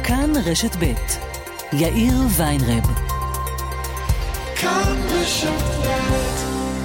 כאן רשת ב' יאיר ויינרב. כאן רשת ב'.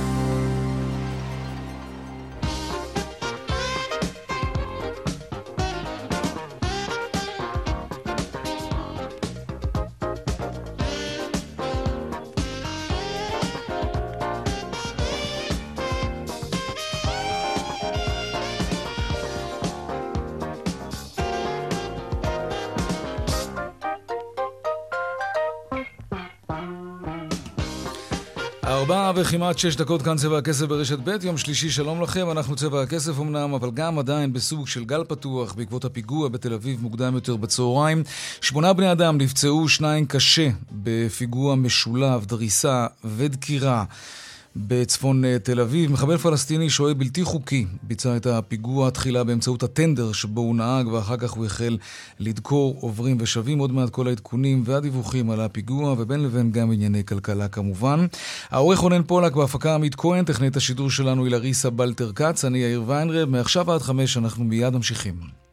ארבע וכמעט 6 דקות, כאן צבע הכסף ברשת ב', יום שלישי, שלום לכם. אנחנו צבע הכסף אמנם, אבל גם עדיין בסוג של גל פתוח בעקבות הפיגוע בתל אביב מוקדם יותר בצהריים. 8 בני אדם נפצעו, 2 קשה בפיגוע משולב, דריסה ודקירה בצפון תל אביב. מחבל פלסטיני שוהה בלתי חוקי ביצע את הפיגוע תחילה באמצעות הטנדר שבו הוא נהג, ואחר כך הוא החל לדקור עוברים ושבים. עוד מעט כל העדכונים והדיווחים על הפיגוע, ובין לבין גם ענייני כלכלה כמובן. העורך רונן פולק, בהפקה עמית כהן, טכנית השידור שלנו היא לריסה בלטר קץ, אני יאיר ויינרב. מעכשיו עד 5 אנחנו מיד ממשיכים.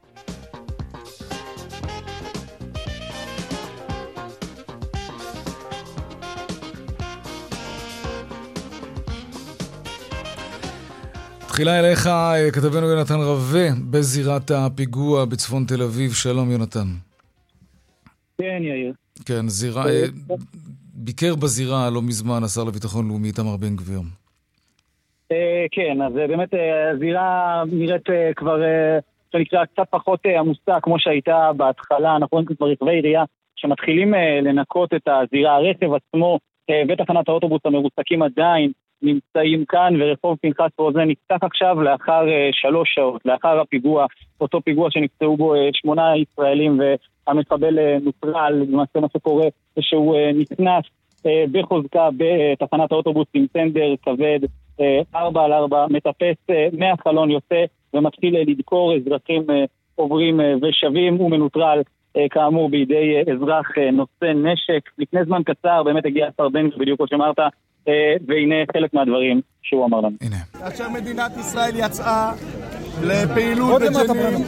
תחילה אליך, כתבנו יונתן רווה בזירת הפיגוע בצפון תל אביב. שלום יונתן. כן יאיר. כן, ביקר בזירה לא מזמן השר לביטחון לאומי איתמר בן גביר. כן, אז באמת הזירה נראית כבר שנקרא קצת פחות עמוסה כמו שהייתה בהתחלה. אנחנו רואים כבר רכבי עירייה שמתחילים לנקות את הזירה. הרכב עצמו ותחנת האוטובוס המרוסקים עדיין נמצאים כאן, ורחוב פנחס רוזן נפתח עכשיו לאחר 3 שעות, לאחר הפיגוע, אותו פיגוע שנפצעו בו 8 ישראלים והמחבל נוטרל. למעשה מה שקורה שהוא נכנס בחוזקה בתחנת האוטובוס עם טנדר כבד 4x4, מטפס מהחלון, יוצא ומתחיל לדקור אזרחים עוברים ושבים. הוא מנוטרל כאמור בידי אזרח נושא נשק. לפני זמן קצר באמת הגיע השר בן גביר, בדיוק כמו שאמרת, והנה חלק מהדברים שהוא אמר לנו. הנה. כאשר מדינת ישראל יצאה לפעילות בג'נין,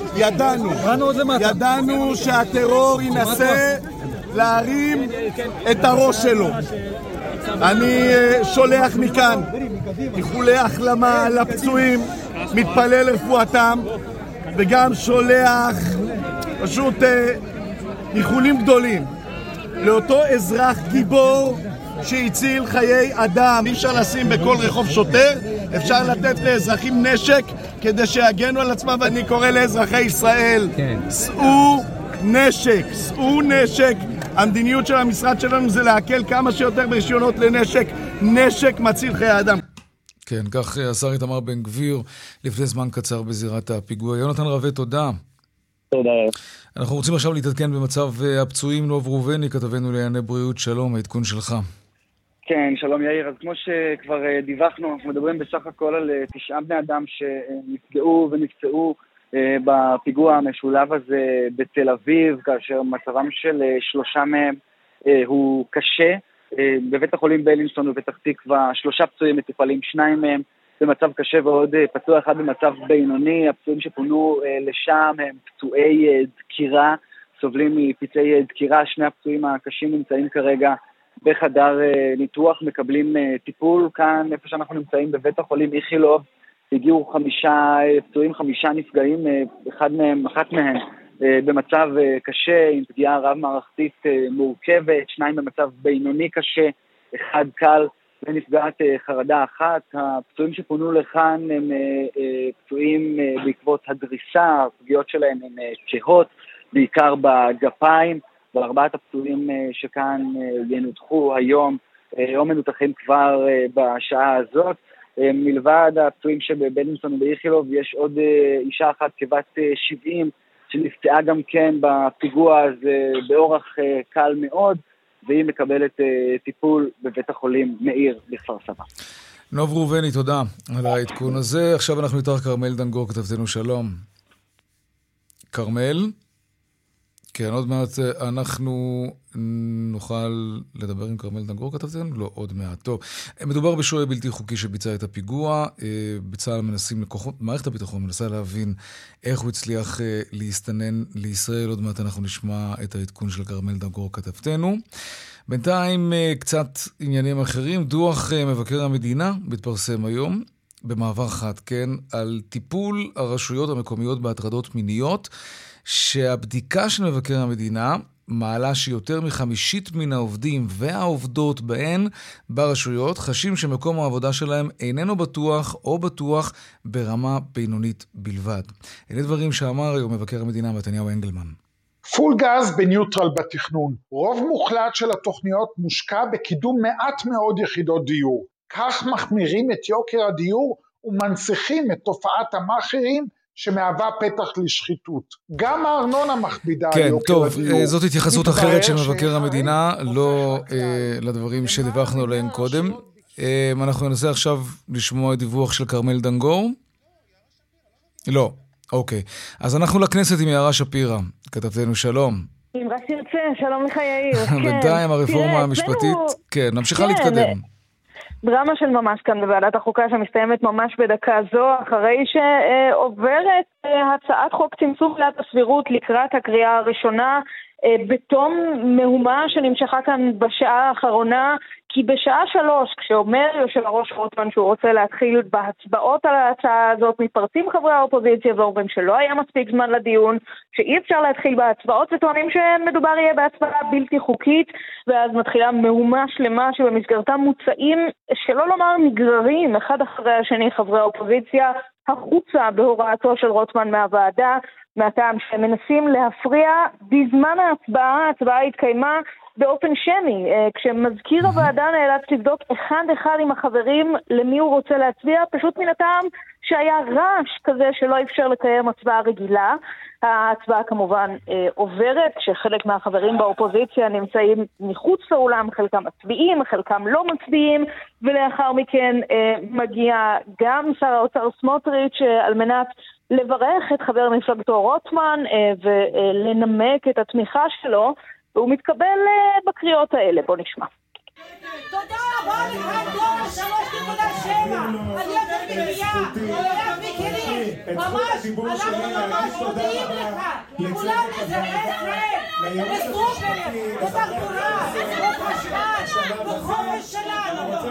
ידענו שהטרור ינסה להרים את הראש שלו. אני שולח מכאן איחולי החלמה לפצועים, מתפלל לרפואתם, וגם שולח פשוט איחולים גדולים לאותו אזרח גיבור שהציל חיי אדם. אי אפשר לשים בכל רחוב שוטר, אפשר לתת לאזרחים נשק כדי שיגנו על עצמם. ואני קורא לאזרחי ישראל, שאו נשק. המדיניות של המשרד שלנו זה להקל כמה שיותר ברישיונות לנשק. נשק מציל חיי אדם. כן, כך השר איתמר בן גביר לפני זמן קצר בזירת הפיגוע. יונתן רווה, תודה. תודה. אנחנו רוצים עכשיו להתעדכן במצב הפצועים. נוב ראובני, כתבנו לענייני בריאות, שלום, העדכון שלך. כן, שלום יאיר. אז כמו שכבר דיווחנו, אנחנו מדברים בסך הכל על 9 בני אדם שנפגעו ונפצעו בפיגוע המשולב הזה בתל אביב, כאשר מצבם של 3 מהם הוא קשה. בבית החולים בילינסון ובפתח תקווה 3 פצועים מטופלים, 2 מהם במצב קשה ועוד פצוע אחד במצב בינוני. הפצועים שפונו לשם הם פצועי דקירה, סובלים מפצעי דקירה. 2 הפצועים הקשים נמצאים כרגע בחדר ניתוח, מקבלים טיפול. כאן איפה שאנחנו נמצאים בבית החולים איכילוב הגיעו 5 פצועים, 5 נפגעים, אחת מהם במצב קשה עם פגיעה רב מערכתית מורכבת, 2 במצב בינוני קשה, 1 קל ונפגעת חרדה 1. הפצועים שפונו לכאן הם פצועים בעקבות הדריסה, הפגיעות שלהם הן קהות, בעיקר בגפיים, ו4 הפצועים שכאן ינותחו היום או מנותחים כבר בשעה הזאת. מלבד הפצועים שבבילינסון ובאיכילוב יש עוד אישה אחת כבת 70 שנפצעה גם כן בפיגוע הזה באורח קל מאוד, והיא מקבלת טיפול בבית החולים מאיר בכפר סבא. נוב ראובני, תודה על העדכון הזה. עכשיו אנחנו איתך כרמל דנגור, כתבתנו, שלום. כרמל? כן, עוד מעט אנחנו נוכל לדבר עם כרמל דנגור, כתבתם? לא, עוד מעט. טוב, מדובר בשוהה בלתי חוקי שביצע את הפיגוע. בצה"ל מנסים מערכת הביטחון מנסה להבין איך הוא הצליח להסתנן לישראל. עוד מעט אנחנו נשמע את העדכון של כרמל דנגור, כתבתנו. בינתיים קצת עניינים אחרים. דוח מבקר המדינה מתפרסם היום, במעבר חד, כן, על טיפול הרשויות המקומיות בהטרדות מיניות, שהבדיקה של מבקר המדינה מעלה שיותר מ50% מן העובדים והעובדות בהן ברשויות חשים שמקום העבודה שלהם איננו בטוח או בטוח ברמה בינונית בלבד. אלה דברים שאמר היום מבקר המדינה מתניהו אנגלמן. פול גז בניוטרל בתכנון. רוב מוחלט של התוכניות מושקע בקידום מעט מאוד יחידות דיור. כך מחמירים את יוקר הדיור ומנציחים את תופעת המאכערים שמהווה פתח לשחיתות. גם הארנונה מכבידה על יוקר הדיור. כן, טוב, זאת התייחסות אחרת של מבקר המדינה, לא לדברים שדיווחנו עליהם קודם. אנחנו ננסה עכשיו לשמוע דיווח של כרמל דנגור. לא, אוקיי. אז אנחנו לכנסת עם יערה שפירא, כתבתנו שלום. אם רק תרצה, שלום לך יאיר. בינתיים הרפורמה המשפטית, כן, נמשיכה להתקדם. דרמה של ממש כאן בוועדת החוקה שמסתיימת ממש בדקה זו, אחרי שעוברת הצעת חוק צמצום עילת הסבירות לקראת הקריאה הראשונה, בתום מהומה שנמשכה כאן בשעה האחרונה, כי בשעה 3, כשאומר יושב הראש רוטמן שהוא רוצה להתחיל בהצבעות על ההצעה הזאת, מתפרצים חברי האופוזיציה ואומרים שלא היה מספיק זמן לדיון, שאי אפשר להתחיל בהצבעות, וטוענים שמדובר יהיה בהצבעה בלתי חוקית, ואז מתחילה מהומה שלמה שבמסגרתה מוצאים, שלא לומר נגררים, אחד אחרי השני חברי האופוזיציה, החוצה בהוראתו של רוטמן מהוועדה, מהטעם שמנסים להפריע בזמן ההצבעה. ההצבעה התקיימה באופן שמי, כשמזכיר הוועדה נאלץ לבדוק אחד עם החברים למי הוא רוצה להצביע, פשוט מן הטעם שהיה רעש כזה שלא אפשר לקיים הצבעה רגילה. ההצבעה כמובן עוברת, כשחלק מהחברים באופוזיציה נמצאים מחוץ לאולם, חלקם מצביעים, חלקם לא מצביעים, ולאחר מכן מגיע גם שר האוצר סמוטריץ' על מנת לברך את חבר מפלגתו רוטמן ולנמק את התמיכה שלו, והוא מתקבל בקריאות האלה. בוא נשמע. תודה רבה לך דור 3.7 על יתר בקייה, עולם מכירים, ממש, אנחנו ממש מודיעים לך, כולם אזרחי ישראל, בסופר, בתחבורה, בחשמל, בחופש שלנו,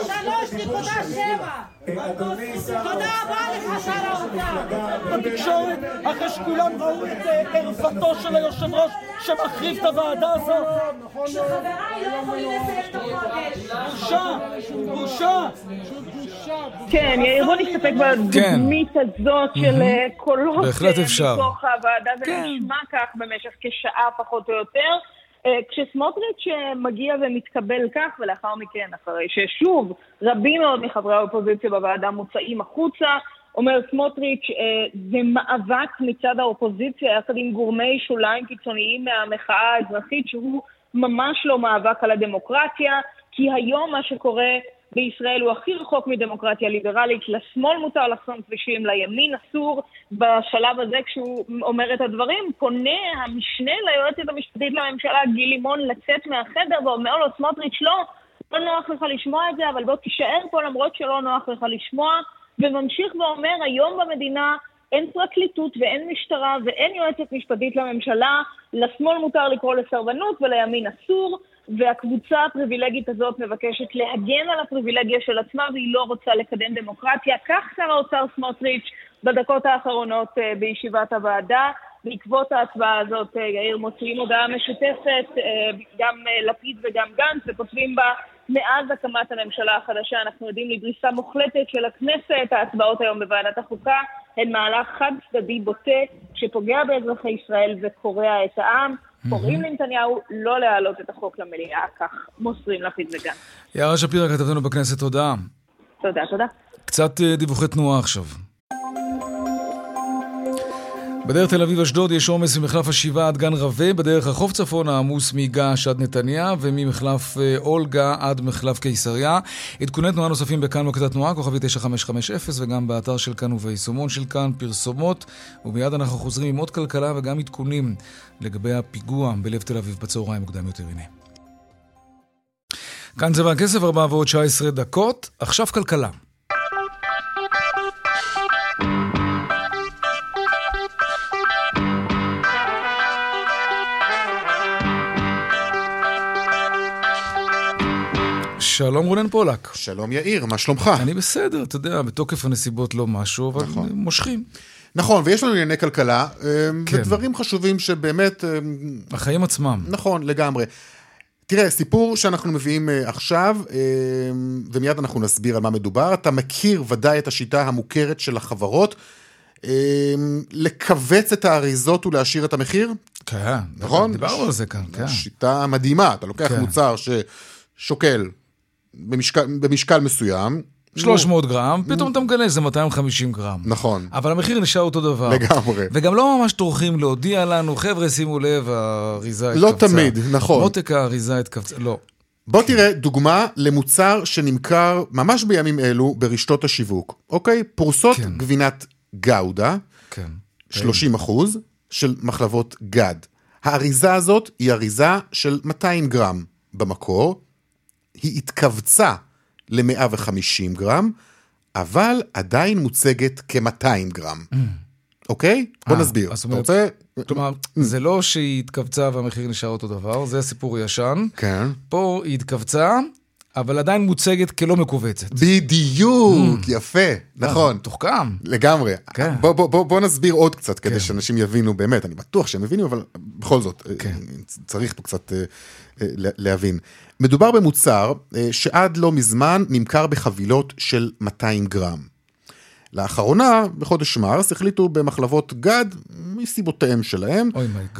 3.7. תודה רבה לך שר האוצר. בתקשורת, אחרי שכולם ראו את ערפתו של היושב ראש שמחריב את הוועדה הזאת, שחבריי לא יכולים לסיים את החודש. בושה. כן, בוא נסתפק בדוגמית הזאת של קולות מתוך הוועדה. זה נשמע כך במשך כשעה פחות או יותר. כשסמוטריץ' מגיע ומתקבל כך, ולאחר מכן, אחרי ששוב רבים מאוד מחברי האופוזיציה בוועדה מוצאים החוצה, אומר סמוטריץ' זה מאבק מצד האופוזיציה יחד עם גורמי שוליים קיצוניים מהמחאה האזרחית, שהוא ממש לא מאבק על הדמוקרטיה, כי היום מה שקורה בישראל הוא הכי רחוק מדמוקרטיה ליברלית. לשמאל מותר לחסום כבישים, לימין אסור. בשלב הזה כשהוא אומר את הדברים, פונה המשנה ליועצת המשפטית לממשלה גיל לימון לצאת מהחדר ואומר לו סמוטריץ' לא נוח לך לשמוע את זה, אבל בוא תישאר פה למרות שלא נוח לך לשמוע, וממשיך ואומר היום במדינה אין פרקליטות ואין משטרה ואין יועצת משפטית לממשלה, לשמאל מותר לקרוא לסרבנות ולימין אסור, והקבוצה הפריבילגית הזאת מבקשת להגן על הפריבילגיה של עצמה והיא לא רוצה לקדם דמוקרטיה. כך שר האוצר סמוטריץ' בדקות האחרונות בישיבת הוועדה. בעקבות ההצבעה הזאת יאיר מוציאים הודעה משותפת, גם לפיד וגם גנץ, וכותבים בה מאז הקמת הממשלה החדשה אנחנו יודעים לדריסה מוחלטת של הכנסת. ההצבעות היום בוועדת החוקה הן מהלך חד צדדי בוטה שפוגע באזרחי ישראל וקורע את העם. קוראים לנתניהו לא להעלות את החוק למליאה, כך מוסרים לפיד וגנץ. יערה שפירא, כתבתנו בכנסת, תודה. תודה. קצת דיווחי תנועה עכשיו. בדרך תל אביב אשדוד יש עומס ממחלף השבעה עד גן רווה, בדרך החוף צפון העמוס מגעש עד נתניה, וממחלף אולגה עד מחלף קיסריה. עדכוני תנועה נוספים בכאן מוקד התנועה, כוכבי 9550, וגם באתר של כאן וביישומון של כאן פרסומות, ומיד אנחנו חוזרים עם עוד כלכלה וגם עדכונים לגבי הפיגוע בלב תל אביב בצהריים מוקדם יותר. הנה. כאן צבע הכסף, 4:19. עכשיו כלכלה. שלום רונן פולק. שלום יאיר, מה שלומך? אני בסדר, אתה יודע, בתוקף הנסיבות לא משהו, אבל נכון. מושכים. נכון, ויש לנו ענייני כלכלה, כן. ודברים חשובים שבאמת... החיים עצמם. נכון, לגמרי. תראה, סיפור שאנחנו מביאים עכשיו, ומיד אנחנו נסביר על מה מדובר, אתה מכיר ודאי את השיטה המוכרת של החברות, לקבץ את האריזות ולהשאיר את המחיר? כן, נכון? דיברנו על זה כאן, כן. שיטה מדהימה, אתה לוקח מוצר ששוקל במשקל מסוים, 300 גרם, פתאום אתה מגלה שזה 250 גרם. נכון. אבל המחיר נשאר אותו דבר. לגמרי. וגם לא ממש טורחים להודיע לנו, חבר'ה, שימו לב, האריזה התכווצה. לא תמיד, נכון. מותק האריזה התכווצה, לא. בוא תראה דוגמה למוצר שנמכר ממש בימים אלו ברשתות השיווק. אוקיי? פרוסות גבינת גאודה, 30% של מחלבות גד. האריזה הזאת היא אריזה של 200 גרם במקור, היא התכווצה ל-150 גרם, אבל עדיין מוצגת כ-200 גרם. אוקיי? בוא נסביר. אתה רוצה? כלומר, זה לא שהיא התכווצה והמחיר נשאר אותו דבר, זה הסיפור ישן. כן. פה היא התכווצה, אבל עדיין מוצגת כלא מקובצת. בדיוק, יפה, נכון. תוחכם. לגמרי. בוא נסביר עוד קצת, כדי שאנשים יבינו באמת, אני בטוח שהם מבינים, אבל בכל זאת, צריך פה קצת להבין. מדובר במוצר שעד לא מזמן נמכר בחבילות של 200 גרם. לאחרונה, בחודש מרס, החליטו במחלבות גד, מסיבותיהם שלהם,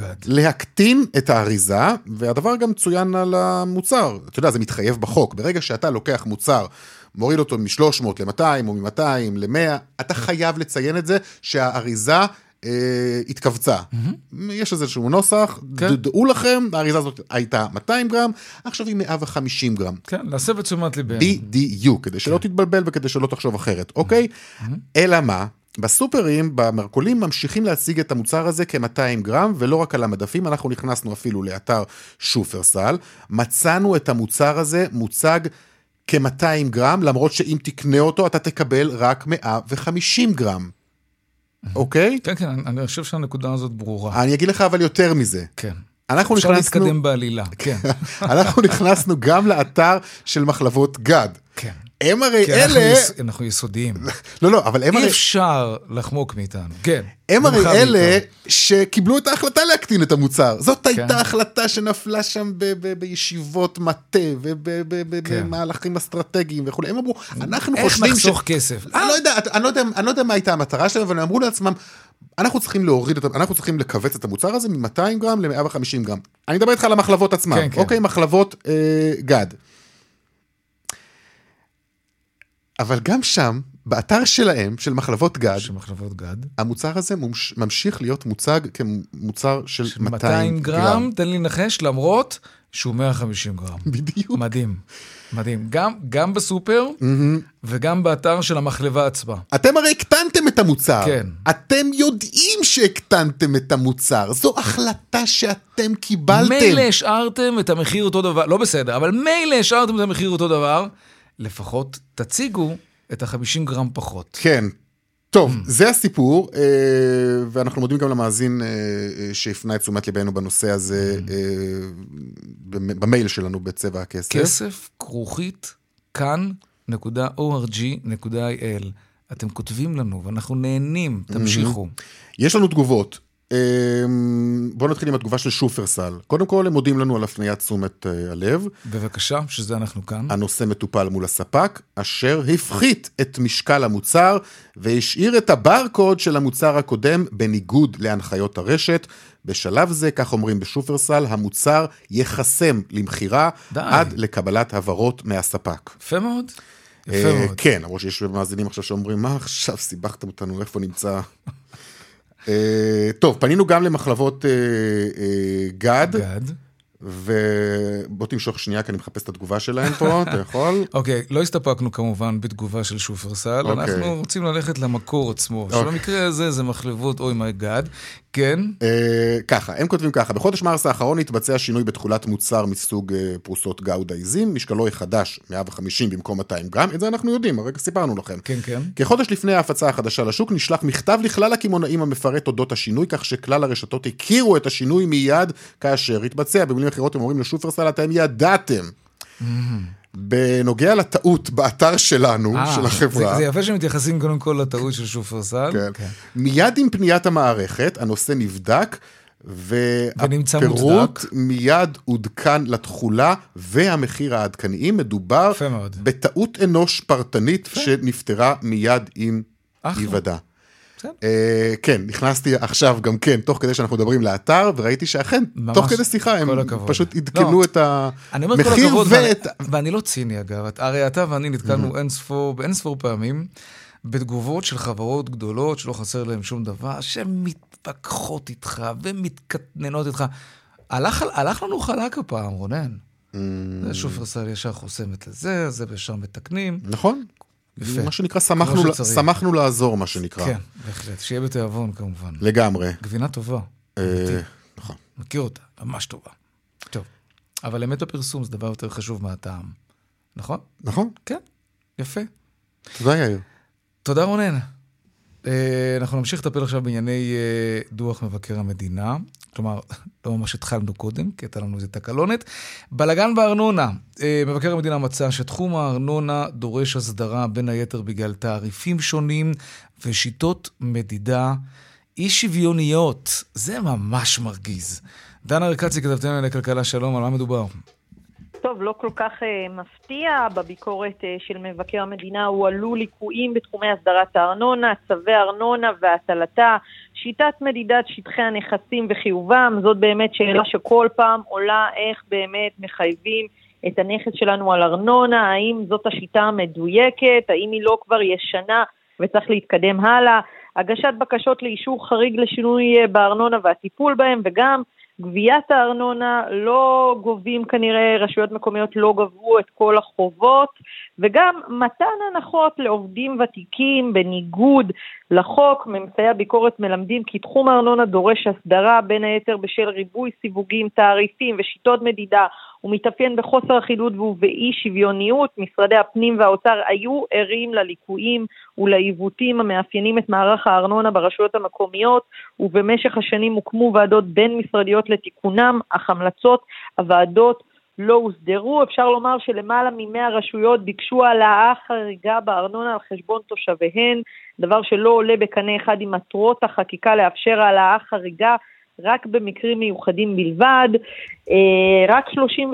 להקטין את האריזה, והדבר גם צוין על המוצר. אתה יודע, זה מתחייב בחוק. ברגע שאתה לוקח מוצר, מוריד אותו מ-300 ל-200 או מ-200 ל-100, אתה חייב לציין את זה שהאריזה התכווצה. יש איזשהו נוסח, דעו לכם, האריזה הזאת הייתה 200 גרם, עכשיו היא 150 גרם. כן, להסב את תשומת ליבנו. בדיוק, כדי שלא תתבלבל וכדי שלא תחשוב אחרת, אוקיי? אלא מה? בסופרים, במרכולים, ממשיכים להציג את המוצר הזה כ-200 גרם, ולא רק על המדפים, אנחנו נכנסנו אפילו לאתר שופרסל, מצאנו את המוצר הזה מוצג כ-200 גרם, למרות שאם תקנה אותו, אתה תקבל רק 150 גרם. אוקיי? כן, כן, אני חושב שהנקודה הזאת ברורה. אני אגיד לך אבל יותר מזה. כן. אפשר להתקדם בעלילה. כן. אנחנו נכנסנו גם לאתר של מחלבות גד. כן. הם הרי אלה... אנחנו יסודיים. לא, אבל הם הרי... אי אפשר לחמוק מאיתנו. כן. הם הרי אלה שקיבלו את ההחלטה להקטין את המוצר. זאת הייתה החלטה שנפלה שם בישיבות מטה ובמהלכים אסטרטגיים וכו'. הם אמרו, אנחנו חושבים איך נחסוך כסף? אני לא יודע מה הייתה המטרה שלהם, אבל הם אמרו לעצמם, אנחנו צריכים להוריד, אנחנו צריכים לקבץ את המוצר הזה מ-200 גרם ל-150 גרם. אני מדבר איתך על המחלבות עצמם. אוקיי, מחלבות גד. אבל גם שם, באתר שלהם, של מחלבות גד, המוצר הזה ממשיך להיות מוצג כמוצר של 200 גרם. תן לי נחש, למרות שהוא 150 גרם. בדיוק. מדהים, מדהים. גם בסופר, וגם באתר של המחלבה עצמה. אתם הרי הקטנתם את המוצר. כן. אתם יודעים שהקטנתם את המוצר. זו החלטה שאתם קיבלתם. מילא השארתם את המחיר אותו דבר, לא בסדר, אבל מילא השארתם את המחיר אותו דבר, לפחות תציגו את ה-50 גרם פחות. כן. טוב, זה הסיפור, ואנחנו מודים גם למאזין שהפנה את תשומת ליבנו בנושא הזה, במייל שלנו בצבע הכסף. כסף כרוכית כאן.org.il. אתם כותבים לנו, ואנחנו נהנים, תמשיכו. יש לנו תגובות. בואו נתחיל עם התגובה של שופרסל. קודם כל, הם מודים לנו על הפניית תשומת הלב. בבקשה, שזה אנחנו כאן. הנושא מטופל מול הספק, אשר הפחית את משקל המוצר, והשאיר את הברקוד של המוצר הקודם, בניגוד להנחיות הרשת. בשלב זה, כך אומרים בשופרסל, המוצר יחסם למחירה, עד לקבלת הבהרות מהספק. יפה מאוד. יפה מאוד. כן, למרות שיש מאזינים עכשיו שאומרים, מה עכשיו סיבכתם אותנו, איפה נמצא... טוב, פנינו גם למחלבות גד. ובוא תמשוך שנייה, כי אני מחפש את התגובה שלהם פה, אתה יכול? אוקיי, לא הסתפקנו כמובן בתגובה של שופרסל, אנחנו רוצים ללכת למקור עצמו, שבמקרה הזה זה מחלבות אוי מי גאד, כן? ככה, הם כותבים ככה, בחודש מרס האחרון התבצע שינוי בתכולת מוצר מסוג פרוסות גאודה עיזים, משקלו יחדש 150 במקום 200 גרם, את זה אנחנו יודעים, הרגע סיפרנו לכם. כן, כן. כחודש לפני ההפצה החדשה לשוק, נשלח מכתב לכלל הקמעונאים המפרט אודות השינוי, כך שכלל הרשתות הכירו את השינוי מיד כאשר התבצע. במילים אחרות הם אומרים לשופרסל, אתם ידעתם. בנוגע לטעות באתר שלנו, של החברה. זה יפה שמתייחסים קודם כל לטעות של שופרסל. כן. מיד עם פניית המערכת, הנושא נבדק, והפירוט מיד עודכן לתחולה, והמחיר העדכניים מדובר בטעות אנוש פרטנית שנפטרה מיד עם היוודע. כן, נכנסתי עכשיו גם כן, תוך כדי שאנחנו מדברים לאתר, וראיתי שאכן, תוך כדי שיחה, הם פשוט עדכנו את המחיר ואת... ואני לא ציני אגב, הרי אתה ואני נתקלנו באינספור פעמים, בתגובות של חברות גדולות, שלא חסר להם שום דבר, שמתפקחות איתך ומתקטננות איתך. הלך לנו חלק הפעם, רונן. זה שופרסל ישר חוסמת לזה, זה בשם מתקנים. נכון. מה שנקרא, שמחנו לעזור, מה שנקרא. כן, בהחלט. שיהיה בתיאבון, כמובן. לגמרי. גבינה טובה. נכון. מכיר אותה, ממש טובה. טוב. אבל אמת בפרסום זה דבר יותר חשוב מהטעם. נכון? נכון. כן, יפה. תודה, יאיר. תודה, רונן. אנחנו נמשיך לטפל עכשיו בענייני דוח מבקר המדינה. כלומר, לא ממש התחלנו קודם, כי הייתה לנו איזה תקלונת. בלגן בארנונה. מבקר המדינה מצא שתחום הארנונה דורש הסדרה בין היתר בגלל תעריפים שונים ושיטות מדידה אי שוויוניות. זה ממש מרגיז. דנה ארקצי, כתבתנו לכלכלה, שלום, על מה מדובר? טוב, לא כל כך מפתיע. בביקורת של מבקר המדינה הועלו ליקויים בתחומי הסדרת הארנונה, צווי ארנונה והטלתה, שיטת מדידת שטחי הנכסים וחיובם. זאת באמת שאלה שכל פעם עולה, איך באמת מחייבים את הנכס שלנו על ארנונה, האם זאת השיטה המדויקת, האם היא לא כבר ישנה וצריך להתקדם הלאה, הגשת בקשות לאישור חריג לשינוי בארנונה והטיפול בהם, וגם גביית הארנונה, לא גובים כנראה, רשויות מקומיות לא גבו את כל החובות, וגם מתן הנחות לעובדים ותיקים בניגוד לחוק. ממצאי הביקורת מלמדים כי תחום הארנונה דורש הסדרה, בין היתר בשל ריבוי סיווגים, תעריפים ושיטות מדידה, ומתאפיין בחוסר אחידות ובאי שוויוניות. משרדי הפנים והאוצר היו ערים לליקויים ולעיוותים המאפיינים את מערך הארנונה ברשויות המקומיות, ובמשך השנים הוקמו ועדות בין משרדיות לתיקונם, אך המלצות הוועדות לא הוסדרו. אפשר לומר שלמעלה מ100 רשויות ביקשו העלאה חריגה בארנונה על חשבון תושביהן, דבר שלא עולה בקנה אחד עם מטרות החקיקה לאפשר העלאה חריגה רק במקרים מיוחדים בלבד. רק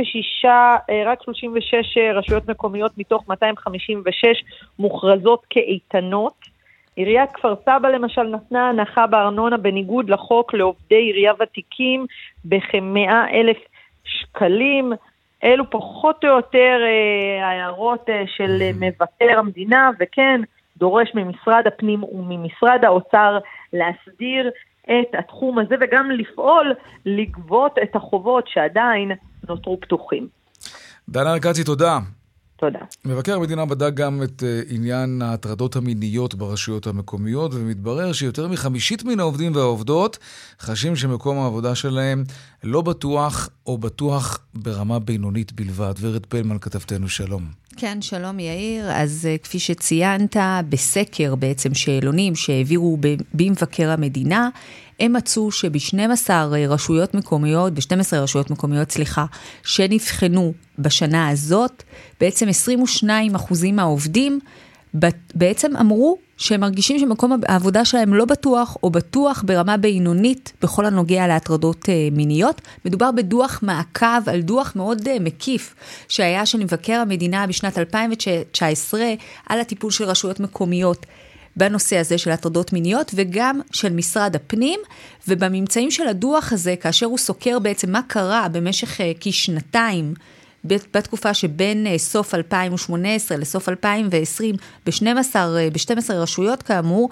36 רשויות מקומיות מתוך 256 מוכרזות כאיתנות. עיריית כפר סבא למשל נתנה הנחה בארנונה בניגוד לחוק לעובדי עירייה ותיקים בכ100,000 שקלים. אלו פחות או יותר הערות של מבקר המדינה, וכן דורש ממשרד הפנים וממשרד האוצר להסדיר את התחום הזה, וגם לפעול לגבות את החובות שעדיין נותרו פתוחים. דנה ארקצי, תודה. תודה. מבקר המדינה בדק גם את עניין ההטרדות המיניות ברשויות המקומיות, ומתברר שיותר מ50% מן העובדים והעובדות חשים שמקום העבודה שלהם לא בטוח או בטוח ברמה בינונית בלבד. ורד פלמן, כתבתנו, שלום. כן, שלום יאיר. אז כפי שציינת, בסקר בעצם שאלונים שהעבירו במבקר המדינה, הם מצאו שב-12 רשויות מקומיות, שנבחנו בשנה הזאת, בעצם 22% מהעובדים בעצם אמרו שהם מרגישים שמקום העבודה שלהם לא בטוח, או בטוח ברמה בינונית בכל הנוגע להטרדות מיניות. מדובר בדוח מעקב על דוח מאוד מקיף שהיה של מבקר המדינה בשנת 2019 על הטיפול של רשויות מקומיות בנושא הזה של הטרדות מיניות, וגם של משרד הפנים. ובממצאים של הדוח הזה, כאשר הוא סוקר בעצם מה קרה במשך כשנתיים, בתקופה שבין סוף 2018 לסוף 2020, ב-12 רשויות כאמור,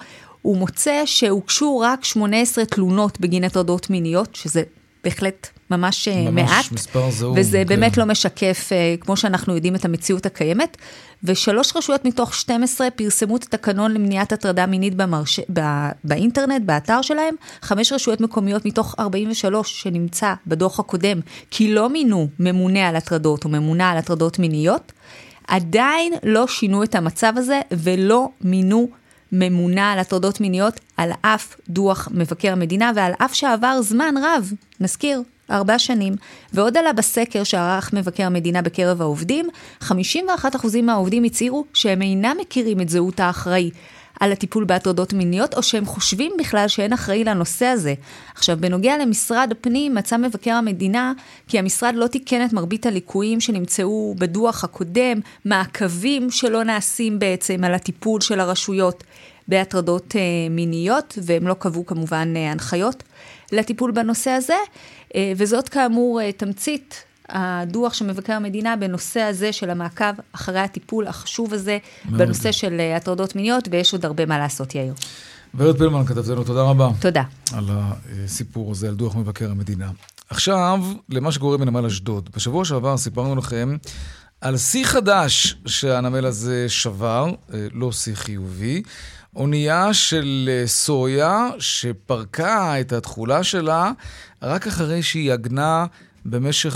הוא מוצא שהוגשו רק 18 תלונות בגין הטרדות מיניות, שזה בהחלט ממש מעט, וזה כן. באמת לא משקף, כמו שאנחנו יודעים, את המציאות הקיימת, ו3 רשויות מתוך 12 פרסמו את התקנון למניעת הטרדה מינית באינטרנט, באתר שלהם, 5 רשויות מקומיות מתוך 43 שנמצא בדוח הקודם, כי לא מינו ממונה על הטרדות או ממונה על הטרדות מיניות, עדיין לא שינו את המצב הזה, ולא מינו ממונה על הטרדות מיניות, על אף דוח מבקר המדינה, ועל אף שעבר זמן רב, נזכיר, 4 שנים, ועוד עלה בסקר שערך מבקר המדינה בקרב העובדים, 51% מהעובדים הצהירו שהם אינם מכירים את זהות האחראי על הטיפול בהטרדות מיניות, או שהם חושבים בכלל שאין אחראי לנושא הזה. עכשיו, בנוגע למשרד הפנים, מצא מבקר המדינה כי המשרד לא תיקן את מרבית הליקויים שנמצאו בדוח הקודם, מעקבים שלא נעשים בעצם על הטיפול של הרשויות בהטרדות מיניות, והם לא קבעו כמובן הנחיות לטיפול בנושא הזה, וזאת כאמור תמצית הדוח של מבקר המדינה בנושא הזה של המעקב אחרי הטיפול החשוב הזה, בנושא של הטרדות מיניות, ויש עוד הרבה מה לעשות, יאיר. ורד פלמן כתבתנו, תודה רבה. תודה. על הסיפור הזה, על דוח מבקר המדינה. עכשיו, למה שקורה בנמל אשדוד. בשבוע שעבר סיפרנו לכם על שיא חדש שהנמל הזה שבר, לא שיא חיובי, אונייה של סויה שפרקה את התחולה שלה רק אחרי שהיא עגנה במשך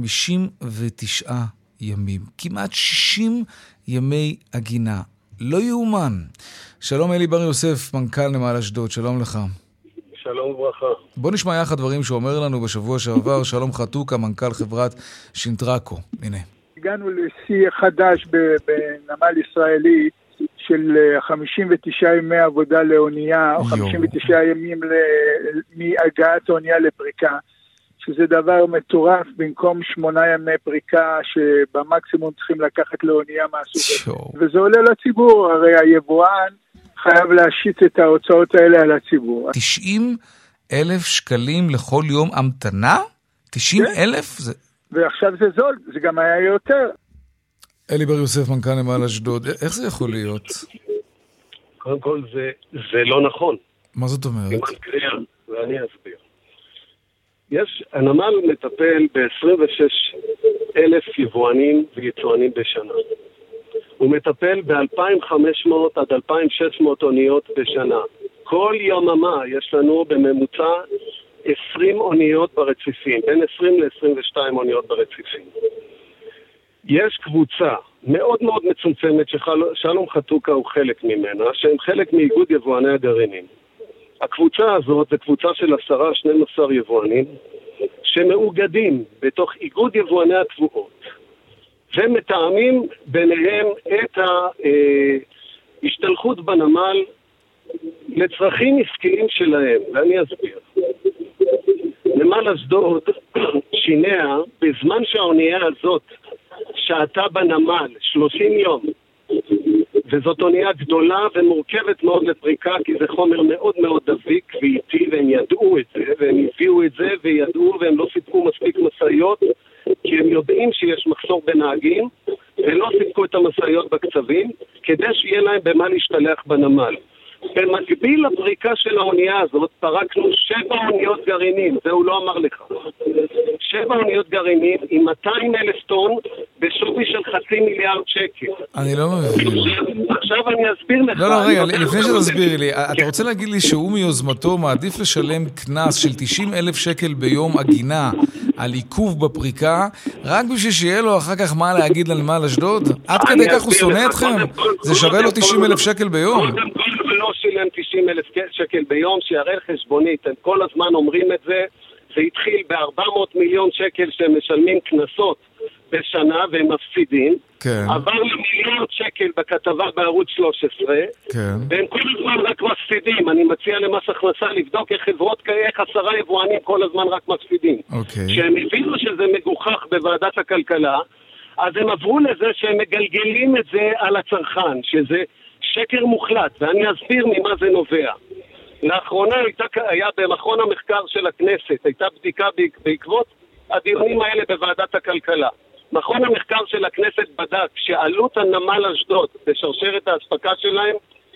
59 ימים. כמעט 60 ימי עגינה. לא יאומן. שלום אלי בר יוסף, מנכ"ל נמל אשדוד, שלום לך. שלום וברכה. בוא נשמע יחד דברים שאומר לנו בשבוע שעבר, שלום חתוקה, מנכ"ל חברת שינטרקו. הנה. הגענו לשיא חדש בנמל ישראלי, של 59 ימי עבודה לאונייה, או 59 ימים מהגעת האונייה לפריקה, שזה דבר מטורף, במקום 8 ימי פריקה, שבמקסימום צריכים לקחת לאונייה מהסוג. וזה עולה לציבור, הרי היבואן חייב להשית את ההוצאות האלה על הציבור. 90,000 שקלים לכל יום המתנה? 90,000? זה... ועכשיו זה זול, זה גם היה יותר. אלי בר יוסף, מנכ"ל נמל אשדוד, איך זה יכול להיות? קודם כל זה לא נכון. מה זאת אומרת? ואני אסביר. הנמל מטפל ב-26,000 יבואנים ויצואנים בשנה. הוא מטפל ב-2,500 עד 2,600 אוניות בשנה. כל יממה יש לנו בממוצע 20 אוניות ברציפים, בין 20 ל-22 אוניות ברציפים. יש קבוצה מאוד מאוד מצומצמת ששלום חתוקה הוא חלק ממנה, שהם חלק מאיגוד יבואני הגרעינים. הקבוצה הזאת זה קבוצה של 10-12 יבואנים שמאוגדים בתוך איגוד יבואני התבואות ומתאמים ביניהם את ההשתלחות בנמל לצרכים עסקיים שלהם, ואני אסביר. נמל אשדוד שינע בזמן שהאונייה הזאת שעתה בנמל 30 יום, וזאת אונייה גדולה ומורכבת מאוד לפריקה, כי זה חומר מאוד מאוד דביק ואיטי, והם ידעו את זה, והם הביאו את זה וידעו, והם לא סיפקו מספיק מסעיות, כי הם יודעים שיש מחסור בנהגים, ולא סיפקו את המסעיות בקצבים, כדי שיהיה להם במה להשתלח בנמל. במקביל לפריקה של האונייה הזאת, פרקנו 7 אוניות גרעינים, זה הוא לא אמר לך. 7 אוניות גרעינים עם 200,000 טון בשווי של 500 מיליארד שקל. אני לא מבין. עכשיו אני אסביר לך. לא, רגע, לפני שתסביר לי, אתה רוצה להגיד לי שהוא מיוזמתו מעדיף לשלם קנס של 90,000 שקל ביום עגינה על עיכוב בפריקה, רק בשביל שיהיה לו אחר כך מה להגיד לנמל אשדוד? עד כדי כך הוא שונא אתכם? זה שווה לו 90,000 שקל ביום? לא שילם 90,000 שקל ביום, שיראה חשבונית, הם כל הזמן אומרים את זה, זה התחיל ב-400 מיליון שקל שהם משלמים כנסות בשנה והם מפסידים, עבר למיליארד שקל בכתבה בערוץ 13, והם כל הזמן רק מפסידים. אני מציע למס הכנסה לבדוק איך 10 יבואנים כל הזמן רק מפסידים. כשהם הבינו שזה מגוחך בוועדת הכלכלה, אז הם עברו לזה שהם מגלגלים את זה על הצרכן, שזה שקר מוחלט, ואני אסביר ממה זה נובע. לאחרונה היה במכון המחקר של הכנסת, הייתה בדיקה בעקבות הדיונים האלה בוועדת הכלכלה. מכון המחקר של הכנסת בדק שעלות הנמל אשדוד בשרשרת ההספקה שלהם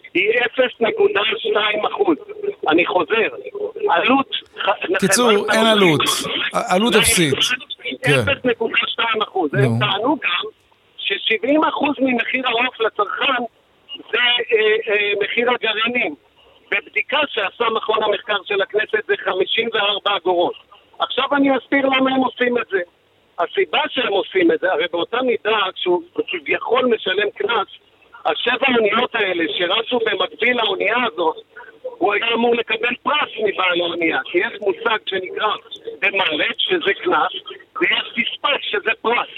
היא 0.2%. אני חוזר. עלות... קיצור, אין עלות. עלות אפסית. 0.2%. הם טענו גם ש70% ממחיר העוף לצרכן זה מחיר הגרעינים. בבדיקה שעשה מכון המחקר של הכנסת זה 54 אגורות. עכשיו אני אסביר למה הם עושים את זה. הסיבה שהם עושים את זה, הרי באותה מידה, כשהוא כביכול משלם קנס, השבע האוניות האלה שרצו במקביל לאונייה הזאת, הוא היה אמור לקבל פרס מבעל האונייה, כי יש מושג שנקרא דמלט, שזה קנס, ויש דיספץ, שזה פרס.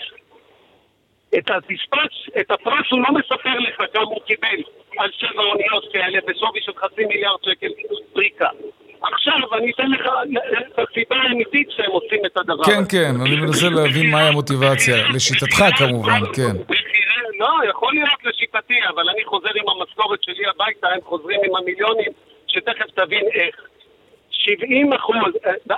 את הפרס הוא לא מספר לך כמה הוא קיבל על 7 אוניות כאלה בשווי של 500 מיליארד שקל פריקה. עכשיו אני אתן לך את הסיבה האמיתית שהם עושים את הדבר. כן, כן, אני מנסה להבין מהי המוטיבציה, לשיטתך כמובן, כן. לא, יכול להיות לשיטתי, אבל אני חוזר עם המשכורת שלי הביתה, הם חוזרים עם המיליונים, שתכף תבין איך. 40%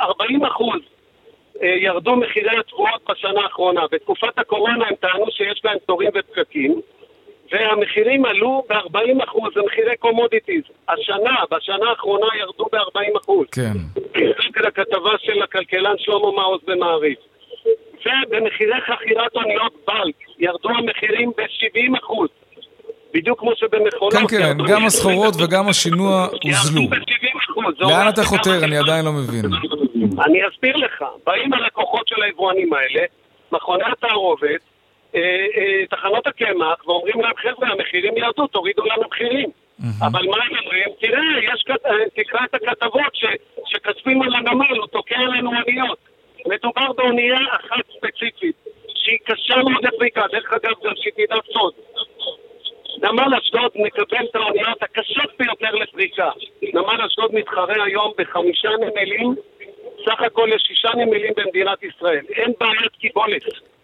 ירדו מחירי התבואות בשנה האחרונה. בתקופת הקורונה הם טענו שיש להם תורים ופקקים, והמחירים עלו ב-40%, זה מחירי קומודיטיז. בשנה האחרונה ירדו ב-40%. כן. זה הכתבה של הכלכלן שלמה מעוז במעריב. ובמחירי חכירת אוניות בלק ירדו המחירים ב-70%. בדיוק כמו שבמכונות... כן, כן, גם הסחורות וגם השינוע הוזלו. לאן אתה חותר? אני עדיין לא מבין. אני אסביר לך. באים הלקוחות של היבואנים האלה, מכוני התערובת, תחנות הקמח, ואומרים להם, חבר'ה, המחירים ירדו, תורידו לנו מחירים. אבל מה הם אומרים? תראה, תקרא את הכתבות שכספים על הנמל, הוא תוקע לנו אוניות. מדובר באונייה אחת ספציפית, שהיא קשה מאוד לפריקה, דרך אגב גם שתדע סוד. נמל אשדוד מקבל את האוניות הקשות ביותר לפריקה. נמל אשדוד מתחרה היום ב5 נמלים, סך הכל יש 6 נמלים במדינת ישראל. אין בעיית קיבולת.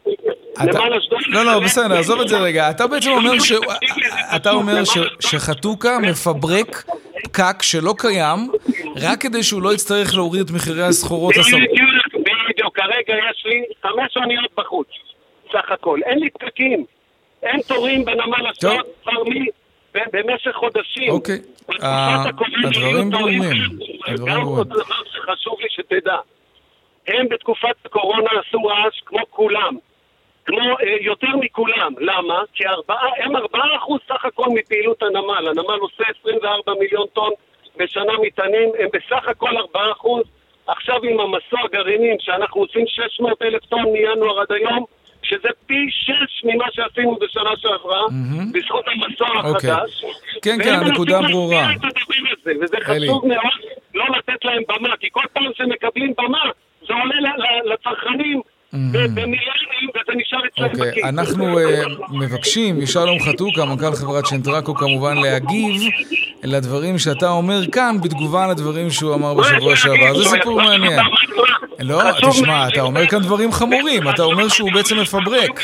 לא, בסדר, עזוב את זה רגע. אתה בעצם אומר שחתוקה מפברק פקק שלא קיים, רק כדי שהוא לא יצטרך להוריד את מחירי הסחורות הסמכות. בדיוק, כרגע יש לי 5 אוניות בחוץ, סך הכל. אין לי פקקים, אין תורים בנמל אשדוד, במשך חודשים. אוקיי, הדברים ברורים. חשוב לי שתדע. הם בתקופת הקורונה עשו רעש כמו כולם. יותר מכולם. למה? כי הם 4% סך הכל מפעילות הנמל. הנמל עושה 24 מיליון טון בשנה מטענים, הם בסך הכל 4%. עכשיו עם המסוע גרעינים שאנחנו עושים 600,000 טון מינואר עד היום, שזה פי 6 ממה שעשינו בשנה שעברה, בזכות המסוע החדש. כן, כן, הנקודה ברורה. וזה חשוב מאוד לא לתת להם במה, כי כל פעם שמקבלים במה, זה עולה לצרכנים במיליונים, וזה נשאר אצלם בכיס. אוקיי, אנחנו מבקשים משלום חתוקה, מנכ"ל חברת שנטרקו, כמובן להגיב לדברים שאתה אומר כאן, בתגובה לדברים שהוא אמר בשבוע שעבר. זה סיפור מעניין. לא, תשמע, אתה אומר כאן דברים חמורים, אתה אומר שהוא בעצם מפברק.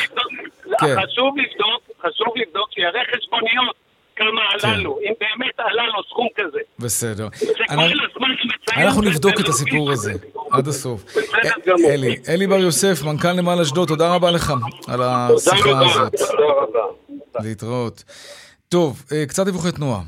חשוב לבדוק שיראה חשבוניות כמה עלה לו, אם באמת עלה לו סכום כזה. בסדר. אנחנו נבדוק את הסיפור הזה עד הסוף. אלי בר יוסף, מנכ"ל נמל אשדוד, תודה רבה לך על השיחה הזאת. תודה רבה. להתראות. טוב, קצת דיווחי תנועה.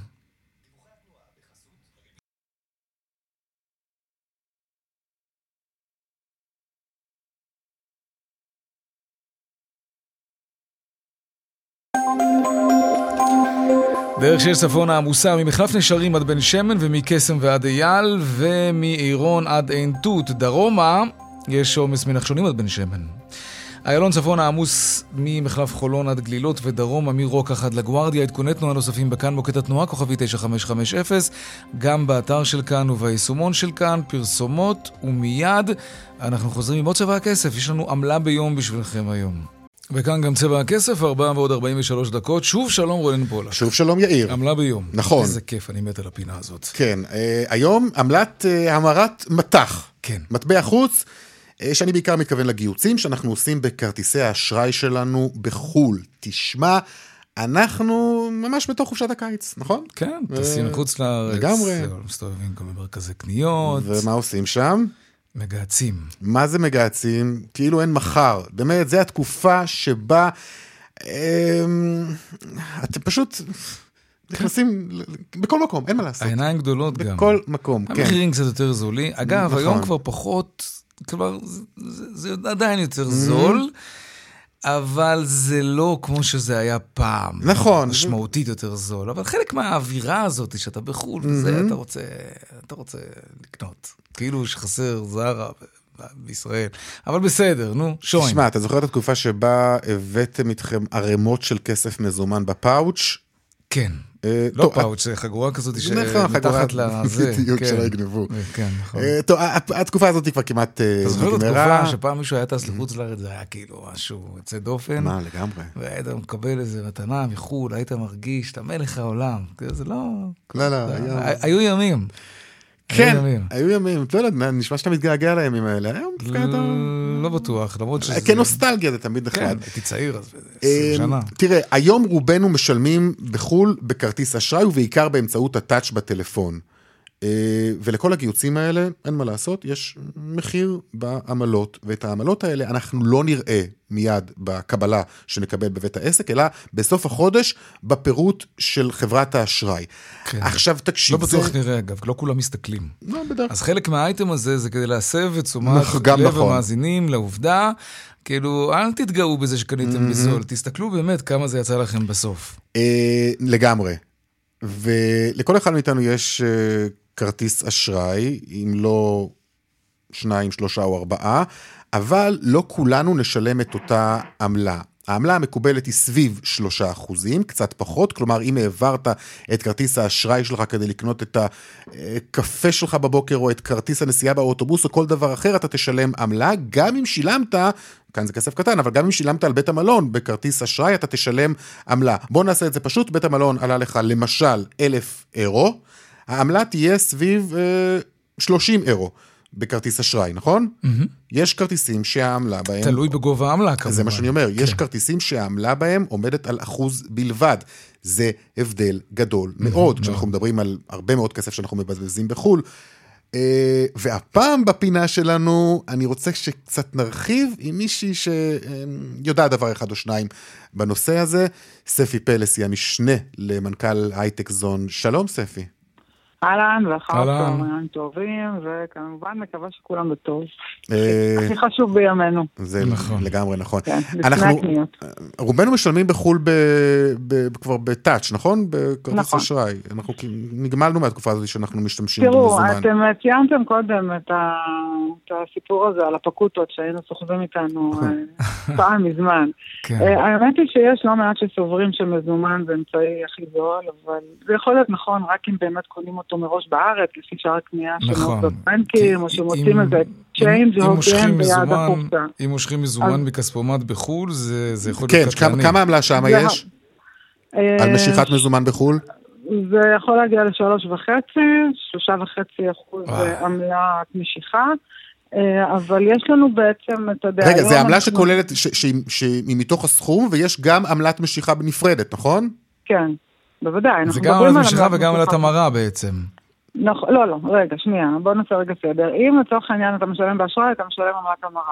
דרך 6 צפונה עמוסה ממחלף נשרים עד בן שמן ומקסם ועד אייל ומעירון עד עין תות. דרומה יש עומס מנחשונים עד בן שמן. איילון צפונה עמוס ממחלף חולון עד גלילות ודרומה מרוקח עד לגוארדיה. עדכוני תנועה נוספים בכאן מוקד התנועה כוכבי 9550, גם באתר של כאן וביישומון של כאן. פרסומות ומיד אנחנו חוזרים עם עוד צבע הכסף. יש לנו עמלה ביום בשבילכם היום. וכאן גם צבע הכסף, 4:43. שוב שלום רונן פולק. שוב שלום יאיר. עמלה ביום. נכון. איזה כיף, אני מת על הפינה הזאת. כן, היום עמלת המרת מטח. כן. מטבע חוץ, שאני בעיקר מתכוון לגיוצים שאנחנו עושים בכרטיסי האשראי שלנו בחול. תשמע, אנחנו ממש בתוך חופשת הקיץ, נכון? כן, טסים חוץ לארץ. לגמרי. מסתובבים גם במרכזי קניות. ומה עושים שם? מגעצים. מה זה מגעצים? כאילו אין מחר. באמת, זה התקופה שבה אתם פשוט נכנסים בכל מקום, אין מה לעשות. העיניים גדולות גם. בכל מקום, כן. המחירים קצת יותר זולים. אגב, היום כבר פחות, כלומר, זה עדיין יותר זול, אבל זה לא כמו שזה היה פעם. נכון. משמעותית יותר זול. אבל חלק מהאווירה הזאת, שאתה בחול, וזה אתה רוצה לקנות. כאילו שחסר זרה בישראל. אבל בסדר, נו, שוין. תשמע, אתה זוכר את התקופה שבה הבאתם איתכם ערימות של כסף מזומן בפאוץ'? כן. לא פאוץ', זה חגורה כזאת שמתחת לזה. בדיוק שלא יגנבו. כן, נכון. טוב, התקופה הזאת היא כבר כמעט נגמרה. אתה זוכר את התקופה שפעם מישהו היה טס לחוץ לארץ, זה היה כאילו משהו יוצא דופן. מה, לגמרי. והיית מקבל איזה מתנה מחול, היית מרגיש, אתה מלך העולם. זה לא... לא, היו ימים. כן, היו ימים, לא יודע, נשמע שאתה מתגעגע לימים האלה, היום דווקא אתה... לא בטוח, למרות שזה... כן, נוסטלגיה, זה תמיד נחמד. כן, הייתי צעיר אז, 20 שנה. תראה, היום רובנו משלמים בחול בכרטיס אשראי, ובעיקר באמצעות הטאץ' בטלפון. ולכל הגיוצים האלה, אין מה לעשות, יש מחיר בעמלות, ואת העמלות האלה אנחנו לא נראה מיד בקבלה שנקבל בבית העסק, אלא בסוף החודש בפירוט של חברת האשראי. כן. עכשיו תקשיב. לא בטוח נראה אגב, לא כולם מסתכלים. לא, בדרך. אז חלק מהאייטם הזה זה כדי להסב את תשומת לב המאזינים לעובדה, כאילו אל תתגאו בזה שקניתם בזול, תסתכלו באמת כמה זה יצא לכם בסוף. לגמרי. ולכל אחד מאיתנו יש כרטיס אשראי, אם לא 2, 3 או 4, אבל לא כולנו נשלם את אותה עמלה. העמלה המקובלת היא סביב 3%, קצת פחות, כלומר אם העברת את כרטיס האשראי שלך כדי לקנות את הקפה שלך בבוקר, או את כרטיס הנסיעה באוטובוס, או כל דבר אחר, אתה תשלם עמלה, גם אם שילמת, כאן זה כסף קטן, אבל גם אם שילמת על בית המלון בכרטיס אשראי, אתה תשלם עמלה. בוא נעשה את זה פשוט, בית המלון עלה לך למשל 1,000 אירו, העמלה תהיה סביב 30 אירו. בכרטיס אשראי, נכון? יש כרטיסים שהעמלה בהם... תלוי בגובה העמלה, כמובן. זה מה שאני אומר. יש כרטיסים שהעמלה בהם עומדת על 1% בלבד. זה הבדל גדול מאוד, כשאנחנו מדברים על הרבה מאוד כסף שאנחנו מבזבזים בחול. והפעם בפינה שלנו, אני רוצה שקצת נרחיב עם מישהי שיודע דבר אחד או שניים בנושא הזה. ספי פלס היא המשנה למנכ"ל הייטק זון. שלום, ספי. אהלן, ואחר צהריים טובים, וכמובן מקווה שכולם בטוב. הכי חשוב בימינו. זה לגמרי נכון. כן, לפני הקניות. רובנו משלמים בחול כבר בטאץ', נכון? בכרטיס אשראי. אנחנו נגמלנו מהתקופה הזאת שאנחנו משתמשים במזומן. תראו, אתם ציינתם קודם את הסיפור הזה על הפקוטות שהיינו סוחבים איתנו פעם מזמן. האמת היא שיש לא מעט שסוברים שמזומן באמצעי הכי זול, אבל זה יכול להיות נכון רק אם באמת קונים אותו מראש בארץ, לפי שער הקנייה שמות בבנקים, או שמוצאים איזה צ'יינג' או כן ביד החופשה. אם מושכים מזומן מכספומט בחול, זה יכול להיות קטלני. כמה עמלה שם יש? על משיכת מזומן בחול? זה יכול להגיע ל3.5%, 3.5% עמלת משיכה, אבל יש לנו בעצם את הדעה... רגע, זה עמלה שכוללת, שהיא מתוך הסכום, ויש גם עמלת משיכה בנפרדת, נכון? כן. בוודאי. זה גם עמלת משיכה וגם עמלת המרה בעצם. לא, רגע, שנייה, בוא נעשה רגע סדר. אם לצורך העניין אתה משלם באשראי, אתה משלם עמלת המרה.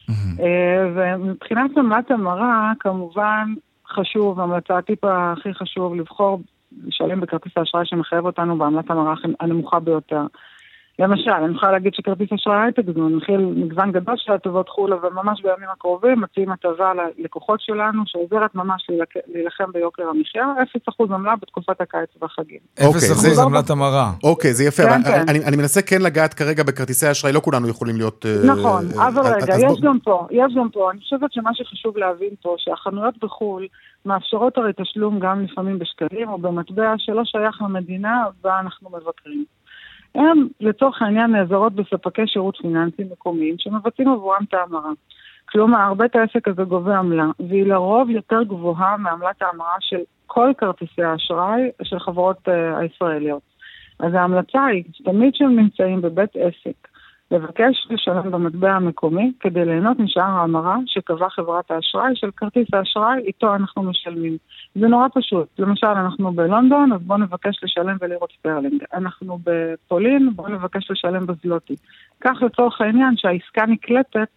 ומבחינת עמלת המרה, כמובן חשוב, המלצה הטיפה הכי חשוב, לבחור, לשלם בכרטיס האשראי שמחייב אותנו בעמלת המרה הנמוכה ביותר. למשל, אני יכולה להגיד שכרטיס אשראי הייטק זון מכיל מגוון גדול של הטבות חולה, וממש בימים הקרובים מציעים הטבה ללקוחות שלנו, שעוזרת ממש להילחם ביוקר המחיה, 0% עמלה בתקופת הקיץ והחגים. 0% עמלת המרה. אוקיי, זה יפה, אני מנסה כן לגעת כרגע בכרטיסי האשראי, לא כולנו יכולים להיות... נכון, אבל רגע, יש גם פה, אני חושבת שמה שחשוב להבין פה, שהחנויות בחול מאפשרות הרי תשלום גם לפעמים בשקלים, או במטבע שלא שייך למדינה, בה אנחנו מבקרים. הם לצורך העניין נעזרות בספקי שירות פיננסי מקומיים שמבצעים עבורם את ההמרה. כלומר, בית העסק הזה גובה עמלה, והיא לרוב יותר גבוהה מעמלת ההמרה של כל כרטיסי האשראי של חברות הישראליות. אז ההמלצה היא, תמיד שהם נמצאים בבית עסק, לבקש לשלם במטבע המקומי כדי ליהנות משאר ההמרה שקבעה חברת האשראי של כרטיס האשראי, איתו אנחנו משלמים. זה נורא פשוט. למשל, אנחנו בלונדון, אז בואו נבקש לשלם בלירות סטרלינג. אנחנו בפולין, בואו נבקש לשלם בזלוטי. כך לצורך העניין שהעסקה נקלטת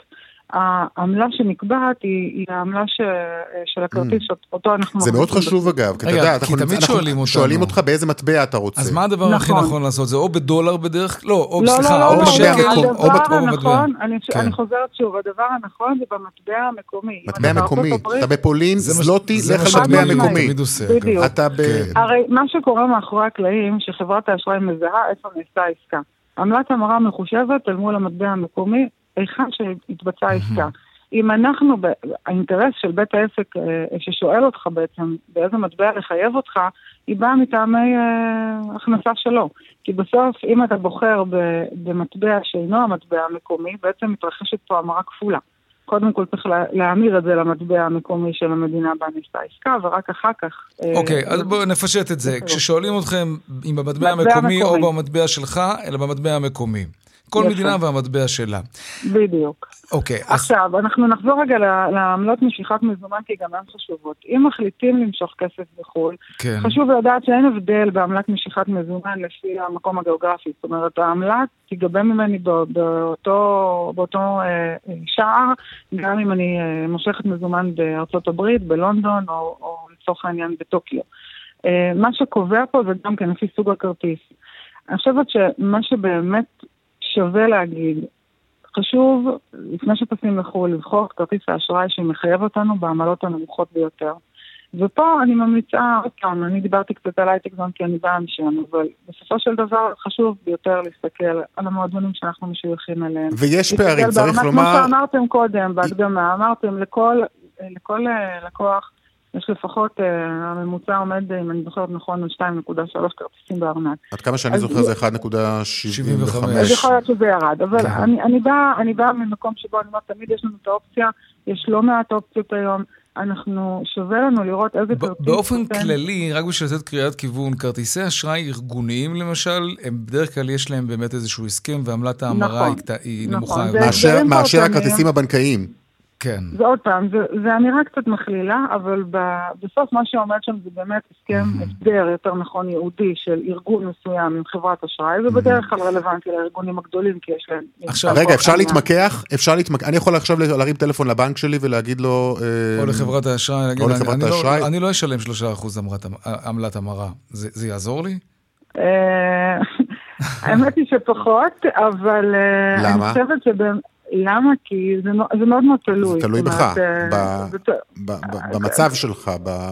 העמלה שנקבעת היא העמלה של הכרטיס, אותו אנחנו... זה מאוד חשוב אגב, כי תמיד שואלים אותך באיזה מטבע אתה רוצה. אז מה הדבר הכי נכון לעשות? זה או בדולר בדרך? לא, או בשקל, או במטבע. אני חוזרת שוב, הדבר הנכון זה במטבע המקומי. מטבע מקומי, אתה בפולין, זלוטי, לך על מטבע מקומי. בדיוק. הרי מה שקורה מאחורי הקלעים, שחברת האשראי מזהה איפה נעשה העסקה. עמלת המרה מחושבת אל מול המטבע המקומי, היכן שהתבצעה עסקה. אם אנחנו, האינטרס של בית העסק ששואל אותך בעצם באיזה מטבע לחייב אותך, היא באה מטעמי הכנסה שלו. כי בסוף, אם אתה בוחר במטבע שאינו המטבע המקומי, בעצם מתרחשת פה המרה כפולה. קודם כל צריך להמיר את זה למטבע המקומי של המדינה בה נעשתה עסקה, ורק אחר כך... אוקיי, אז בואו נפשט את זה. כששואלים אתכם אם במטבע המקומי או במטבע שלך, אלא במטבע המקומי. כל מדינה והמטבע שלה. בדיוק. אוקיי. עכשיו, אנחנו נחזור רגע לעמלות משיכת מזומן, כי גם הן חשובות. אם מחליטים למשוך כסף בחו"ל, חשוב לדעת שאין הבדל בעמלת משיכת מזומן לפי המקום הגיאוגרפי. זאת אומרת, העמלה תיגבה ממני באותו שער, גם אם אני מושכת מזומן בארצות הברית, בלונדון, או לצורך העניין בטוקיו. מה שקובע פה זה גם כן לפי סוג הכרטיס. אני חושבת שמה שבאמת שווה להגיד, חשוב, לפני שטסים לחו"ל, לבחור כרטיס האשראי שמחייב אותנו בעמלות הנמוכות ביותר. ופה אני ממליצה, אני דיברתי קצת על הייטקזון כי אני באה משם, אבל בסופו של דבר חשוב ביותר להסתכל על המועדונים שאנחנו משויכים אליהם. ויש פערים, צריך לומר... כמו שאמרתם קודם, בהקדמה, אמרתם לכל לקוח, יש לפחות, הממוצע עומד, אם אני זוכרת נכון, על 2.3 כרטיסים בארנק. עד כמה שאני זוכר זה 1.75. אז יכול להיות שזה ירד, אבל אני באה ממקום שבו אני אומרת, תמיד יש לנו את האופציה, יש לא מעט אופציות היום, אנחנו שווה לנו לראות איזה כרטיס... באופן כללי, רק בשביל לתת קריאת כיוון, כרטיסי אשראי ארגוניים למשל, הם בדרך כלל יש להם באמת איזשהו הסכם, ועמלת ההמרה היא נמוכה. מאשר הכרטיסים הבנקאיים. כן. זה עוד פעם, זה אמירה קצת מכלילה, אבל בסוף מה שעומד שם זה באמת הסכם הסדר, יותר נכון יהודי, של ארגון מסוים עם חברת אשראי, ובדרך כלל רלוונטי לארגונים הגדולים, כי יש להם... רגע, אפשר להתמקח? אני יכול עכשיו להרים טלפון לבנק שלי ולהגיד לו... או לחברת האשראי, אני לא אשלם 3% עמלת המרה. זה יעזור לי? האמת היא שפחות, אבל... למה? אני חושבת למה? כי זה מאוד מאוד תלוי. זה תלוי בך, במצב שלך,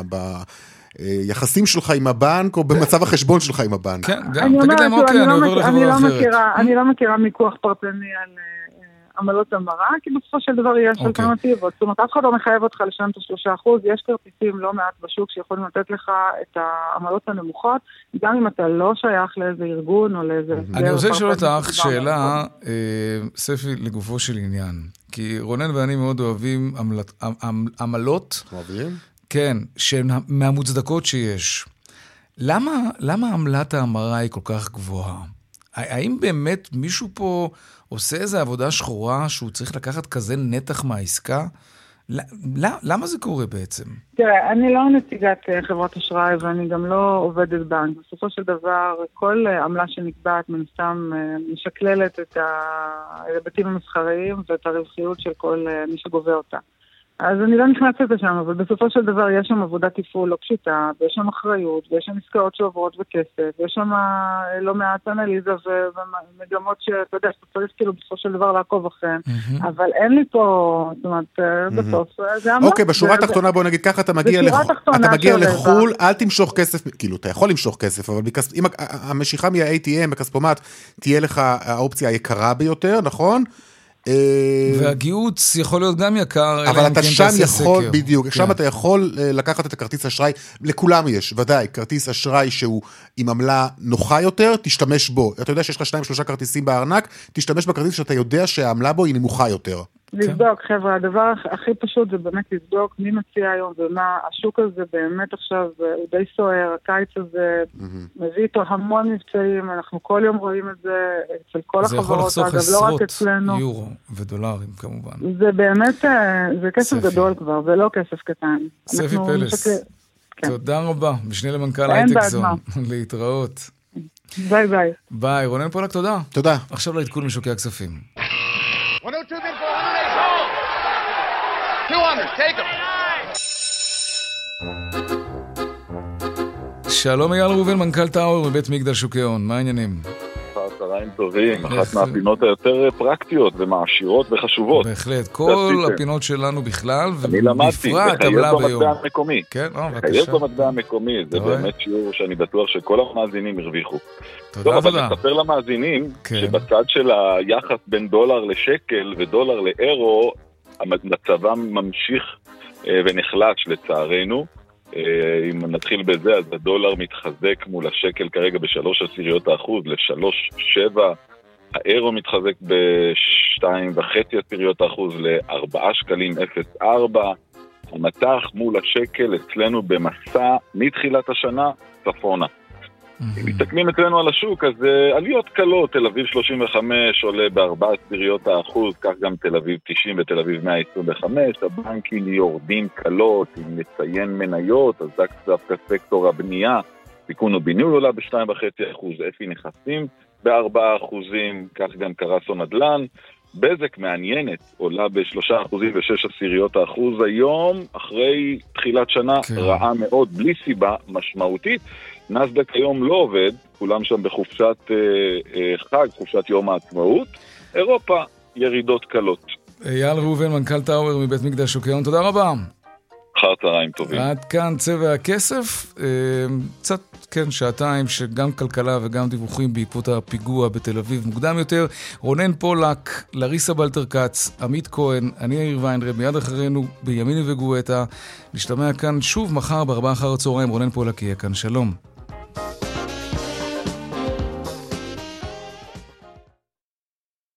ביחסים שלך עם הבנק, או במצב החשבון שלך עם הבנק. כן, גם. תגיד להם, אוקיי, אני עובר לחברה אחרת. אני לא מכירה מיקוח פרטני על עמלות המרה, כי בסופו של דבר יש אלטרנטיבות. זאת אומרת, אף אחד לא מחייב אותך לשלם את 3%, יש כרטיסים לא מעט בשוק שיכולים לתת לך את העמלות הנמוכות, גם אם אתה לא שייך לאיזה ארגון או לאיזה... אני רוצה לשאול אותך שאלה, ספי, לגופו של עניין. כי רונן ואני מאוד אוהבים עמלות. אוהבים? כן, שהן מהמוצדקות שיש. למה עמלת ההמרה היא כל כך גבוהה? האם באמת מישהו פה עושה איזו עבודה שחורה שהוא צריך לקחת כזה נתח מהעסקה? למה זה קורה בעצם? תראה, אני לא נציגת חברת אשראי ואני גם לא עובדת בנק. בסופו של דבר, כל עמלה שנקבעת מנסתם משקללת את ההיבטים המסחריים ואת הרווחיות של כל מי שגובה אותה. אז אני לא נכנסת לשם, אבל בסופו של דבר יש שם עבודת תפעול לא פשוטה, ויש שם אחריות, ויש שם עסקאות שעוברות בכסף, ויש שם לא מעט אנליזה ומגמות שאתה יודע, שאתה צריך כאילו בסופו של דבר לעקוב אחריהן, אבל אין לי פה, זאת אומרת, בסוף, זה אמור. אוקיי, בשורה התחתונה בוא נגיד ככה, אתה מגיע לחול, אל תמשוך כסף, כאילו אתה יכול למשוך כסף, אבל אם המשיכה מה-ATM בכספומט, תהיה לך האופציה היקרה ביותר, נכון? והגיוץ יכול להיות גם יקר, אבל אתה שם יכול, בדיוק, שם אתה יכול לקחת את הכרטיס אשראי, לכולם יש, ודאי, כרטיס אשראי שהוא עם עמלה נוחה יותר, תשתמש בו. אתה יודע שיש לך 2-3 כרטיסים בארנק, תשתמש בכרטיס שאתה יודע שהעמלה בו היא נמוכה יותר. לבדוק, חבר'ה, הדבר הכי פשוט זה באמת לבדוק מי מציע היום ומה, השוק הזה באמת עכשיו הוא די סוער, הקיץ הזה מביא איתו המון מבצעים, אנחנו כל יום רואים את זה אצל כל החברות, אגב, לא רק אצלנו. יורו ודולרים כמובן. זה באמת, זה כסף גדול כבר, ולא כסף קטן. ספי פלס, תודה רבה, משנה למנכ"ל הייטקזון, להתראות. ביי ביי. ביי, רונן פולק, תודה. תודה. עכשיו לעדכון משוקי הכספים. 102 4 go! 200, take him. שלום אייל ראובן, מנכ"ל טאואר מבית מגדל שוק ההון, מה העניינים? צהריים טובים, אחת מהפינות היותר פרקטיות ומעשירות וחשובות. בהחלט, כל הפינות שלנו בכלל, אני למדתי, לחייב במטבע המקומי. כן, לחייב במטבע המקומי, זה באמת שיעור שאני בטוח שכל המאזינים הרוויחו. תודה, אבל נספר למאזינים שבצד של היחס בין דולר לשקל ודולר לאירו, מצבם ממשיך ונחלש לצערנו. אם נתחיל בזה, אז הדולר מתחזק מול השקל כרגע ב3.3%, ל3.7%, האירו מתחזק ב2.5% ל4.04, המטח מול השקל אצלנו במסע מתחילת השנה צפונה. אם מתקנים אצלנו על השוק, אז עליות קלות, תל אביב 35 עולה ב4%, כך גם תל אביב 90 ותל אביב 125, הבנקים יורדים קלות, אם נציין מניות, אז דווקא סקטור הבנייה, תיקון ובינוי עולה ב2.5%, אפי נכסים ב4%, כך גם קרסו נדל"ן, בזק מעניינת, עולה ב3% ו6% היום, אחרי תחילת שנה רעה מאוד, בלי סיבה משמעותית. נסדק היום לא עובד, כולם שם בחופשת חג, חופשת יום העצמאות. אירופה, ירידות קלות. אייל ראובן, מנכ"ל טאואר מבית מגדל שוק ההון, תודה רבה. אחר צהריים טובים. עד כאן צבע הכסף, קצת, כן, שעתיים שגם כלכלה וגם דיווחים בעקבות הפיגוע בתל אביב מוקדם יותר. רונן פולק, לריסה בלטר-קץ, עמית כהן, אני יאיר ויינרב, מיד אחרינו בימיני וגואטה. נשתמע כאן שוב מחר ב4 אחר הצהריים, רונן פולק יהיה כאן, שלום.